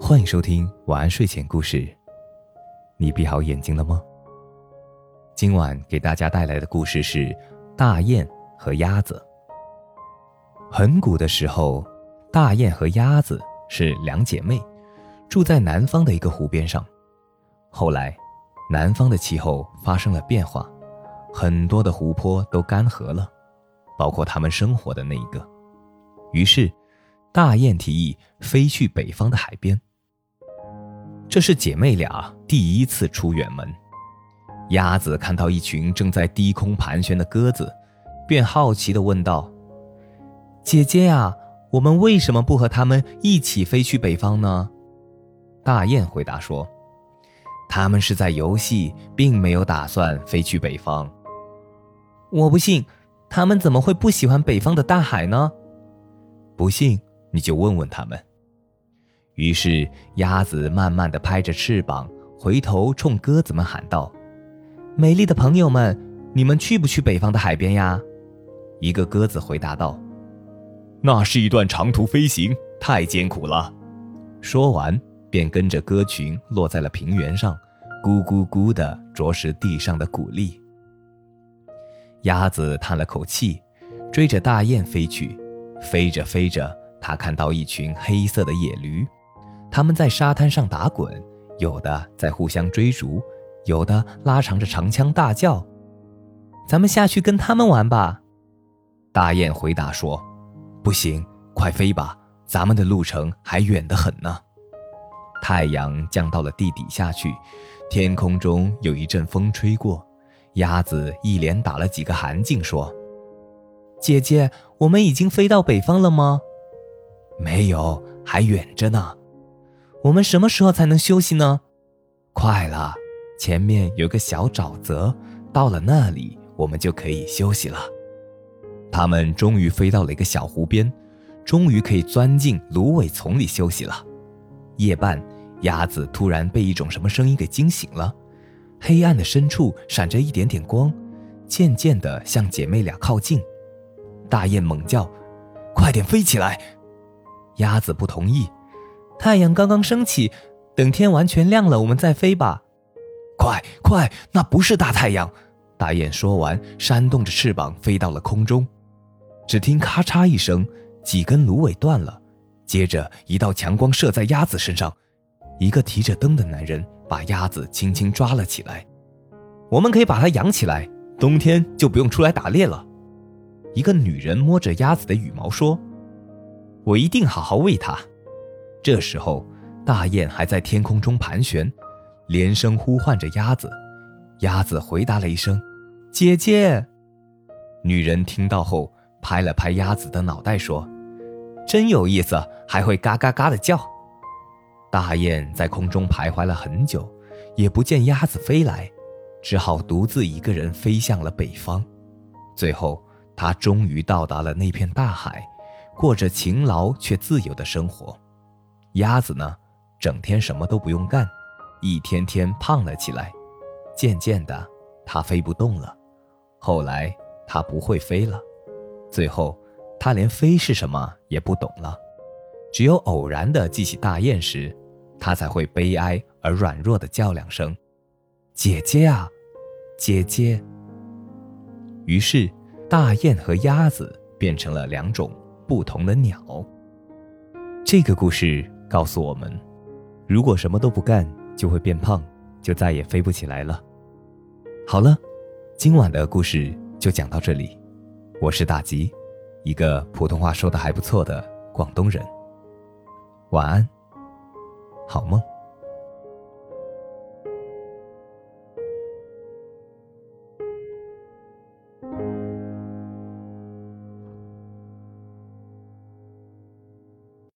欢迎收听晚安睡前故事。你闭好眼睛了吗？今晚给大家带来的故事是大雁和鸭子。很古的时候，大雁和鸭子是两姐妹，住在南方的一个湖边上。后来，南方的气候发生了变化，很多的湖泊都干涸了，包括他们生活的那一个。于是，大雁提议飞去北方的海边。这是姐妹俩第一次出远门。鸭子看到一群正在低空盘旋的鸽子，便好奇地问道：姐姐啊，我们为什么不和他们一起飞去北方呢？大雁回答说：他们是在游戏，并没有打算飞去北方。我不信，他们怎么会不喜欢北方的大海呢？不信你就问问他们。于是鸭子慢慢地拍着翅膀，回头冲鸽子们喊道：美丽的朋友们，你们去不去北方的海边呀？一个鸽子回答道：那是一段长途飞行，太艰苦了。说完便跟着鸽群落在了平原上，咕咕咕地啄食地上的谷粒。鸭子叹了口气，追着大雁飞去。飞着飞着，它看到一群黑色的野驴，它们在沙滩上打滚，有的在互相追逐，有的拉长着长枪大叫。咱们下去跟他们玩吧。大雁回答说：不行，快飞吧，咱们的路程还远得很呢。太阳降到了地底下去，天空中有一阵风吹过，鸭子一连打了几个寒噤说：姐姐，我们已经飞到北方了吗？没有，还远着呢。我们什么时候才能休息呢？快了，前面有个小沼泽，到了那里我们就可以休息了。他们终于飞到了一个小湖边，终于可以钻进芦苇丛里休息了。夜半，鸭子突然被一种什么声音给惊醒了，黑暗的深处闪着一点点光，渐渐地向姐妹俩靠近。大雁猛叫：快点飞起来！鸭子不同意：太阳刚刚升起，等天完全亮了我们再飞吧。快快，那不是大太阳！大雁说完，扇动着翅膀飞到了空中。只听咔嚓一声，几根芦苇断了，接着一道强光射在鸭子身上，一个提着灯的男人把鸭子轻轻抓了起来。我们可以把它养起来，冬天就不用出来打猎了。一个女人摸着鸭子的羽毛说：我一定好好喂它。这时候大雁还在天空中盘旋，连声呼唤着鸭子。鸭子回答了一声：姐姐。女人听到后拍了拍鸭子的脑袋说：真有意思，还会嘎嘎嘎地叫。大雁在空中徘徊了很久，也不见鸭子飞来，只好独自一个人飞向了北方。最后他终于到达了那片大海，过着勤劳却自由的生活。鸭子呢，整天什么都不用干，一天天胖了起来。渐渐的，它飞不动了。后来它不会飞了。最后它连飞是什么也不懂了。只有偶然地记起大雁时，它才会悲哀而软弱地叫两声：姐姐啊，姐姐。于是大雁和鸭子变成了两种不同的鸟。这个故事告诉我们，如果什么都不干，就会变胖，就再也飞不起来了。好了，今晚的故事就讲到这里。我是大吉，一个普通话说得还不错的广东人。晚安，好梦。